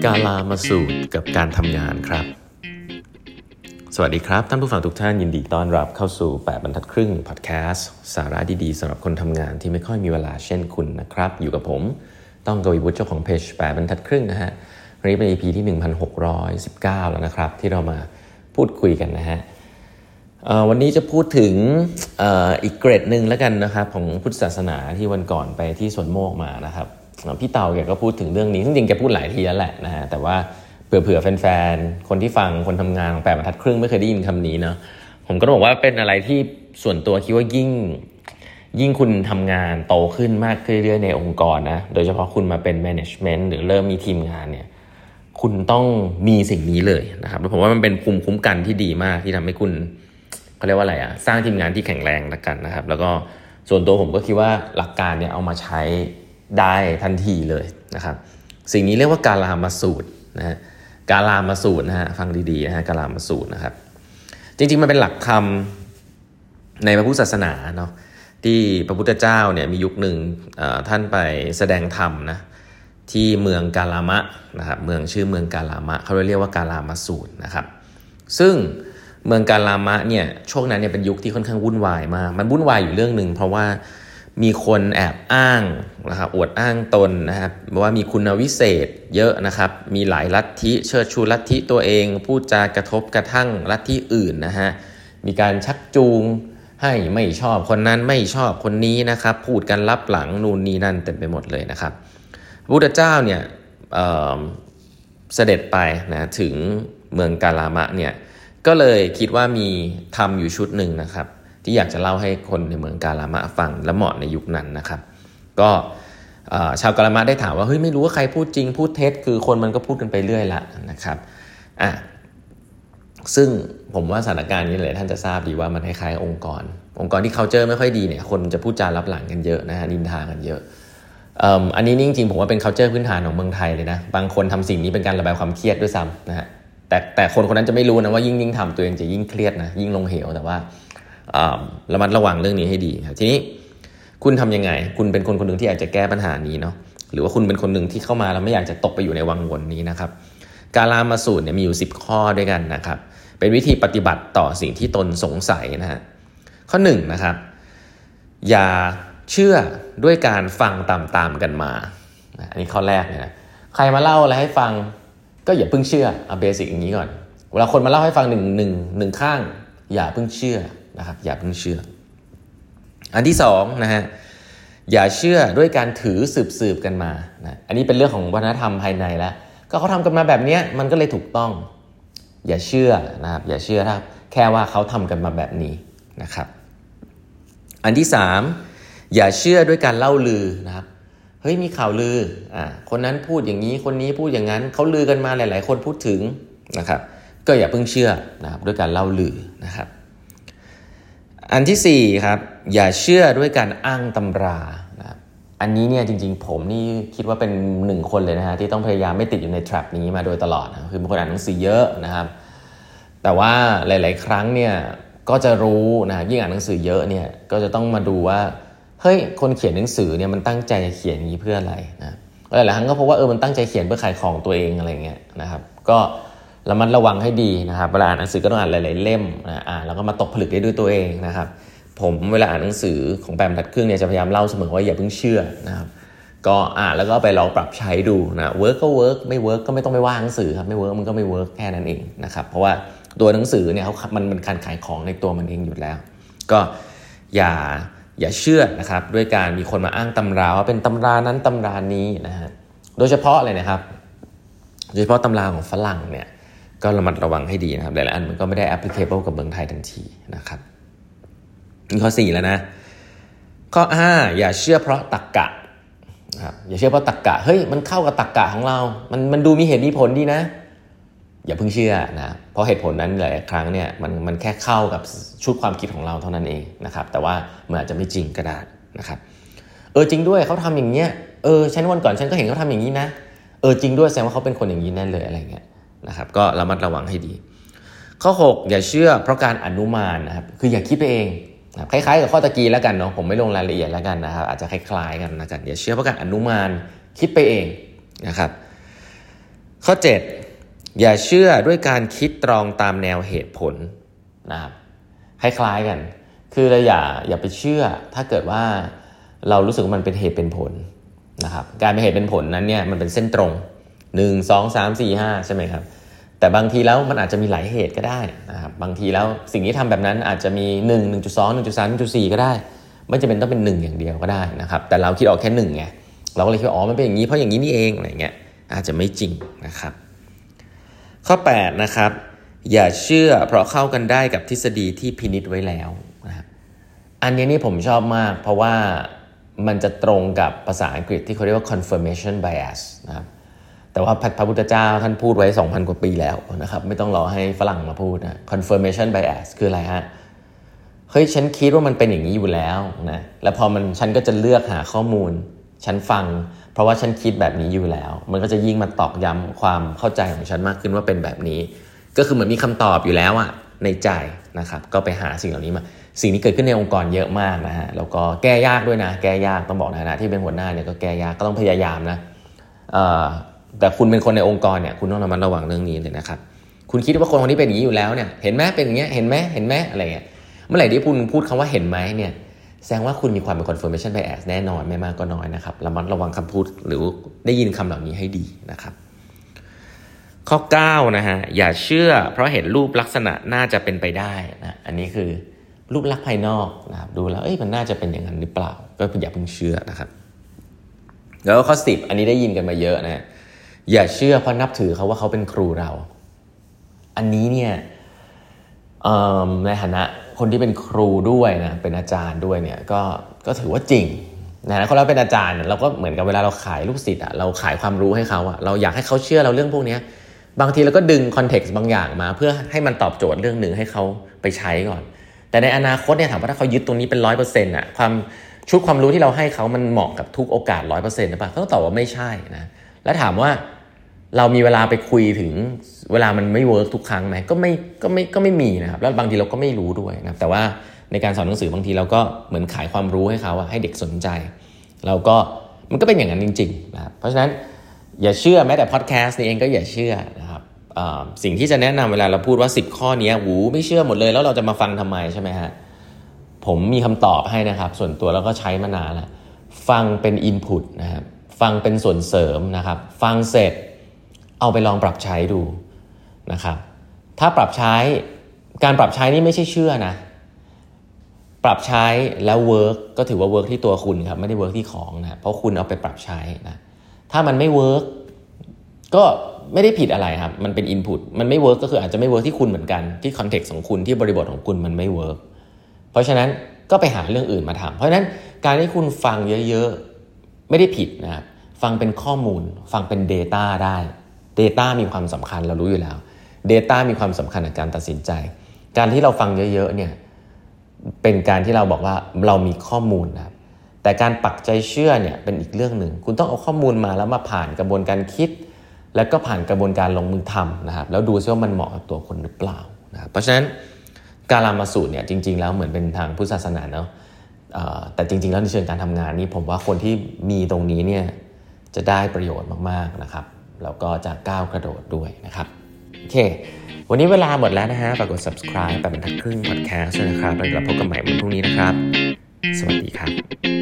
กาลามาสูตรกับการทำงานครับสวัสดีครับท่านผู้ฟังทุกท่านยินดีต้อนรับเข้าสู่8บรรทัดครึ่งพอดแคสต์สาระดีๆสำหรับคนทำงานที่ไม่ค่อยมีเวลาเช่นคุณนะครับอยู่กับผมต้องกวีวุฒิเจ้าของเพจ8บรรทัดครึ่งนะฮะวันนี้เป็น EP ที่1619แล้วนะครับที่เรามาพูดคุยกันนะฮะวันนี้จะพูดถึงอีกเกรดนึงแล้วกันนะครับของพุทธศาสนาที่วันก่อนไปที่สวนโมกมานะครับพี่เตาแกก็พูดถึงเรื่องนี้จริงๆแกพูดหลายทีแล้วแหละนะฮะแต่ว่าเผื่อแฟนๆคนที่ฟังคนทำงานของ8บรรทัดครึ่งไม่เคยได้ยินคำนี้เนาะผมก็ต้องบอกว่าเป็นอะไรที่ส่วนตัวคิดว่ายิ่งคุณทำงานโตขึ้นมากขึ้นเรื่อยๆในองค์กรนะโดยเฉพาะคุณมาเป็น management หรือเริ่มมีทีมงานเนี่ยคุณต้องมีสิ่งนี้เลยนะครับผมว่ามันเป็นภูมิคุ้มกันที่ดีมากที่ทำให้คุณเขาเรียกว่าอะไรสร้างทีมงานที่แข็งแรงละกันนะครับแล้วก็ส่วนตัวผมก็คิดว่าหลักการเนี่ยเอามาใช้ได้ทันทีเลยนะครับสิ่งนี้เรียกว่ากาลามาสูตรนะฮะกาลามาสูตรนะฮะฟังดีๆนะฮะกาลามาสูตรนะครับจริงๆมันเป็นหลักธรรมในพระพุทธศาสนาเนาะที่พระพุทธเจ้าเนี่ยมียุคหนึ่งท่านไปแสดงธรรมนะที่เมืองกาลามะนะครับเมืองชื่อเมืองกาลามะเขาเรียกว่ากาลามาสูตรนะครับซึ่งเมืองกาลามะเนี่ยช่วงนั้นเนี่ยเป็นยุคที่ค่อนข้างวุ่นวายมากมันวุ่นวายอยู่เรื่องนึงเพราะว่ามีคนแอบอ้างนะครับอวดอ้างตนนะครับว่ามีคุณวิเศษเยอะนะครับมีหลายลัทธิเชิดชูลัทธิตัวเองพูดจากระทบกระทั่งลัทธิอื่นนะฮะมีการชักจูงให้ไม่ชอบคนนั้นไม่ชอบคนนี้นะครับพูดกันลับหลังนู่นนี่นั่นเต็มไปหมดเลยนะครับพระพุทธเจ้าเนี่ยเสด็จไปนะถึงเมืองกาลามะเนี่ยก็เลยคิดว่ามีธรรมอยู่ชุดหนึ่งนะครับที่อยากจะเล่าให้คนในเมืองกาลามะฟังและเหมาะในยุคนั้นนะครับก็ชาวกาลามะได้ถามว่าเฮ้ยไม่รู้ว่าใครพูดจริงพูดเท็จคือคนมันก็พูดกันไปเรื่อยละนะครับซึ่งผมว่าสถานการณ์นี้เลยท่านจะทราบดีว่ามันคล้ายๆองค์กรที่ culture ไม่ค่อยดีเนี่ยคนจะพูดจารับหลังกันเยอะนะฮะนินทากันเยอะอันนี้จริงๆผมว่าเป็น culture พื้นฐานของเมืองไทยเลยนะบางคนทำสิ่งนี้เป็นการระบายความเครียดด้วยซ้ำนะฮะแต่คนคนนั้นจะไม่รู้นะว่ายิ่งทำตัวเองจะยิ่งเครียดนะยิ่งลงเหวแต่ว่าระมัดระวังเรื่องนี้ให้ดีครับทีนี้คุณทำยังไงคุณเป็นคนหนึ่งที่อยากจะแก้ปัญหานี้เนาะหรือว่าคุณเป็นคนหนึ่งที่เข้ามาแล้วไม่อยากจะตกไปอยู่ในวังวนนี้นะครับกาลามาสูตรเนี่ยมีอยู่10ข้อด้วยกันนะครับเป็นวิธีปฏิบัติต่อสิ่งที่ตนสงสัยนะฮะข้อ1นะครับอย่าเชื่อด้วยการฟังตามกันมาอันนี้ข้อแรกนะใครมาเล่าอะไรให้ฟังก็อย่าเพิ่งเชื่อเอาเบสิกอย่างนี้ก่อนเวลาคนมาเล่าให้ฟังหนึ่งข้างอย่าเพิ่งเชื่อนะครับอย่าเพิ่งเชื่ออันที่2นะฮะอย่าเชื่อด้วยการถือสืบกันมานะอันนี้เป็นเรื่องของวัฒนธรรมภายในแล้วก็เขาทำกันมาแบบนี้มันก็เลยถูกต้องอย่าเชื่อนะครับอย่าเชื่อถ้าแค่ว่าเขาทำกันมาแบบนี้นะครับอันที่3อย่าเชื่อด้วยการเล่าลือนะครับเฮ้ยมีข่าวลือคนนั้นพูดอย่างนี้คนนี้พูดอย่างนั้นเขาลือกันมาหลายๆคนพูดถึงนะครับก็อย่าเพิ่งเชื่อนะครับด้วยการเล่าลือนะครับอันที่4ครับอย่าเชื่อด้วยการอ้างตำรานะครับอันนี้เนี่ยจริงๆผมนี่คิดว่าเป็น1คนเลยนะฮะที่ต้องพยายามไม่ติดอยู่ใน trap นี้มาโดยตลอดนะคือเป็นคนอ่านหนังสือเยอะนะครับแต่ว่าหลายๆครั้งเนี่ยก็จะรู้นะยิ่งอ่านหนังสือเยอะเนี่ยก็จะต้องมาดูว่าเฮ้ยคนเขียนหนังสือเนี่ยมันตั้งใจจะเขียนอย่างนี้เพื่ออะไรนะหลายๆครั้งก็พบว่ามันตั้งใจเขียนเพื่อขายของตัวเองอะไรเงี้ยนะครับก็ระมัดระวังให้ดีนะครับเวลาอ่านหนังสือก็ต้องอ่านหลายๆเล่มแล้วก็มาตกผลึกได้ด้วยตัวเองนะครับผมเวลาอ่านหนังสือของ8บรรทัดครึ่งเนี่ยจะพยายามเล่าเสมอว่าอย่าเพิ่งเชื่อนะครับก็แล้วก็ไปลองปรับใช้ดูนะเวิร์กก็เวิร์กไม่เวิร์กก็ไม่ต้องไปว่าหนังสือครับไม่เวิร์กมันก็ไม่เวิร์กแค่นั้นเองนะครับเพราะว่าตัวหนังสือเนี่ยมันการขายของในตัวมันเองอยู่แล้วก็อย่าเชื่อนะครับด้วยการมีคนมาอ้างตำราว่าเป็นตำรานั้นตำรานี้นะฮะโดยเฉพาะเลยนะครับโดยเฉพาะตำราของฝรั่งเนี่ยก็ระมัดระวังให้ดีนะครับหลายๆอันมันก็ไม่ได้ applicable กับเมืองไทยทันทีนะครับข้อ4แล้วนะข้อ5อย่าเชื่อเพราะตรรกะนะครับอย่าเชื่อเพราะตรรกะเฮ้ยมันเข้ากับตรรกะของเรามันดูมีเหตุมีผลดีนะอย่าเพิ่งเชื่อนะเพราะเหตุผลนั้นหลายครั้งเนี่ยมันแค่เข้ากับชุดความคิดของเราเท่านั้นเองนะครับแต่ว่ามันอาจจะไม่จริงก็ได้นะครับจริงด้วยเขาทำอย่างเงี้ยฉันวันก่อนฉันก็เห็นเขาทำอย่างนี้นะจริงด้วยแสดงว่าเขาเป็นคนอย่างนี้แน่เลยอะไรเงี้ยนะครับก็ระมัดระวังให้ดีข้อ6อย่าเชื่อเพราะการอนุมานนะครับคืออย่าคิดไปเองนะครับคล้ายๆกับข้อตะกี้แล้วกันเนาะผมไม่ลงรายละเอียดแล้วกันนะครับอาจจะคล้ายๆกันนะกันอย่าเชื่อเพราะการอนุมานคิดไปเองนะครับข้อ7อย่าเชื่อด้วยการคิดตรองตามแนวเหตุผลนะครับคล้ายๆกันคือเราอย่าไปเชื่อถ้าเกิดว่าเรารู้สึกว่ามันเป็นเหตุเป็นผลนะครับการเป็นเหตุเป็นผลนั้นเนี่ยมันเป็นเส้นตรง1 2 3 4 5ใช่ไหมครับแต่บางทีแล้วมันอาจจะมีหลายเหตุก็ได้นะครับบางทีแล้วสิ่งที่ทำแบบนั้นอาจจะมี1 1.2 1.3 1.4 ก็ได้ไม่จำเป็นต้องเป็น1อย่างเดียวก็ได้นะครับแต่เราคิดออกแค่1ไงเราก็เลยคิดว่ามันเป็นอย่างนี้เพราะอย่างนี้นี่เองอะไรเงี้ยอาจจะไม่จริงนะครับข้อ8นะครับอย่าเชื่อเพราะเข้ากันได้กับทฤษฎีที่พินิจไว้แล้วนะครับอันนี้นี่ผมชอบมากเพราะว่ามันจะตรงกับภาษาอังกฤษที่เขาเรียกว่า confirmation bias นะครับแต่ว่าพระพุทธเจ้าท่านพูดไว้ 2,000 กว่าปีแล้วนะครับไม่ต้องรอให้ฝรั่งมาพูดนะ confirmation bias คืออะไรฮะเฮ้ยฉันคิดว่ามันเป็นอย่างนี้อยู่แล้วนะแล้วพอฉันก็จะเลือกหาข้อมูลฉันฟังเพราะว่าฉันคิดแบบนี้อยู่แล้วมันก็จะยิ่งมาตอกย้ำความเข้าใจของฉันมากขึ้นว่าเป็นแบบนี้ก็คือเหมือนมีคำตอบอยู่แล้วอะในใจนะครับก็ไปหาสิ่งเหล่านี้มาสิ่งนี้เกิดขึ้นในองค์กรเยอะมากนะฮะแล้วก็แก้ยากด้วยนะแก้ยากต้องบอกนะที่เป็นหัวหน้าเนี่ยก็แก้ยากก็ต้องพยายามนะแต่คุณเป็นคนในองค์กรเนี่ยคุณต้องระมัดระวังเรื่องนี้เลยนะครับคุณคิดว่าคนนี้เป็นอย่างนี้อยู่แล้วเนี่ยเห็นไหมเป็นอย่างเงี้ยเห็นไหมอะไรเงี้ยเมื่อไหร่ที่คุณพูดคำว่าเห็นไหมเนี่ยแสดงว่าคุณมีความเป็น confirmation bias แน่นอนไม่มากก็น้อยนะครับระมัดระวังคำพูดหรือได้ยินคำเหล่านี้ให้ดีนะครับข้อ9นะฮะอย่าเชื่อเพราะเห็นรูปลักษณะน่าจะเป็นไปได้นะอันนี้คือรูปลักษณ์ภายนอกนะครับดูแล้วมันน่าจะเป็นอย่างนั้นหรือเปล่าก็อย่าเพิ่งเชื่อนะครับแล้วข้อ10อันนี้ได้ยินกันมาเยอะนะอย่าเชื่อเพราะนับถือเขาว่าเขาเป็นครูเราอันนี้เนี่ยในฐานะคนที่เป็นครูด้วยนะเป็นอาจารย์ด้วยเนี่ยก็ถือว่าจริงนะคนเราเป็นอาจารย์เราก็เหมือนกับเวลาเราขายลูกศิษย์เราขายความรู้ให้เขาเราอยากให้เขาเชื่อเราเรื่องพวกนี้บางทีเราก็ดึงคอนเท็กซ์บางอย่างมาเพื่อให้มันตอบโจทย์เรื่องหนึ่งให้เขาไปใช้ก่อนแต่ในอนาคตเนี่ยถามว่าถ้าเขายึดตรงนี้เป็น 100% ชุดความรู้ที่เราให้เขามันเหมาะกับทุกโอกาส 100% หรือเปล่าเขาตอบว่าไม่ใช่นะแล้วถามว่าเรามีเวลาไปคุยถึงเวลามันไม่เวิร์กทุกครั้งไหมก็ไม่มีนะครับแล้วบางทีเราก็ไม่รู้ด้วยนะแต่ว่าในการสอนหนังสือบางทีเราก็เหมือนขายความรู้ให้เขาให้เด็กสนใจเราก็มันก็เป็นอย่างนั้นจริงๆนะครับเพราะฉะนั้นอย่าเชื่อแม้แต่พอดแคสต์นี้เองก็อย่าเชื่อนะครับสิ่งที่จะแนะนำเวลาเราพูดว่า10ข้อนี้ไม่เชื่อหมดเลยแล้วเราจะมาฟังทำไมใช่ไหมฮะผมมีคำตอบให้นะครับส่วนตัวแล้วก็ใช้มานานแล้วฟังเป็น input นะครับฟังเป็นส่วนเสริมนะครับฟังเสร็จเอาไปลองปรับใช้ดูนะครับถ้าปรับใช้การปรับใช้นี่ไม่ใช่เชื่อนะปรับใช้แล้วเวิร์กก็ถือว่าเวิร์กที่ตัวคุณครับไม่ได้เวิร์กที่ของนะเพราะคุณเอาไปปรับใช้นะถ้ามันไม่เวิร์กก็ไม่ได้ผิดอะไรครับมันเป็น input มันไม่เวิร์กก็คืออาจจะไม่เวิร์กที่คุณเหมือนกันที่คอนเท็กซ์ของคุณที่บริบทของคุณมันไม่เวิร์กเพราะฉะนั้นก็ไปหาเรื่องอื่นมาทำเพราะฉะนั้นการที่คุณฟังเยอะๆไม่ได้ผิดนะครับฟังเป็นข้อมูลฟังเป็น data ได้ data มีความสำคัญเรารู้อยู่แล้ว data มีความสำคัญในการตัดสินใจการที่เราฟังเยอะๆเนี่ยเป็นการที่เราบอกว่าเรามีข้อมูลนะครับแต่การปักใจเชื่อเนี่ยเป็นอีกเรื่องหนึ่งคุณต้องเอาข้อมูลมาแล้วมาผ่านกระบวนการคิดแล้วก็ผ่านกระบวนการลงมือทำนะครับแล้วดูซิว่ามันเหมาะกับตัวคนหรือเปล่านะครับเพราะฉะนั้นกาลามาสูตรเนี่ยจริงๆแล้วเหมือนเป็นทางพุทธศาสนาเนาะแต่จริงๆแล้วในเชิงการทำงานนี่ผมว่าคนที่มีตรงนี้เนี่ยจะได้ประโยชน์มากๆนะครับแล้วก็จะก้าวกระโดดด้วยนะครับโอเควันนี้เวลาหมดแล้วนะฮะฝากกด subscribe 8บรรทัดครึ่ง podcast นะครับแล้วพบกันใหม่วันพรุ่งนี้นะครับสวัสดีครับ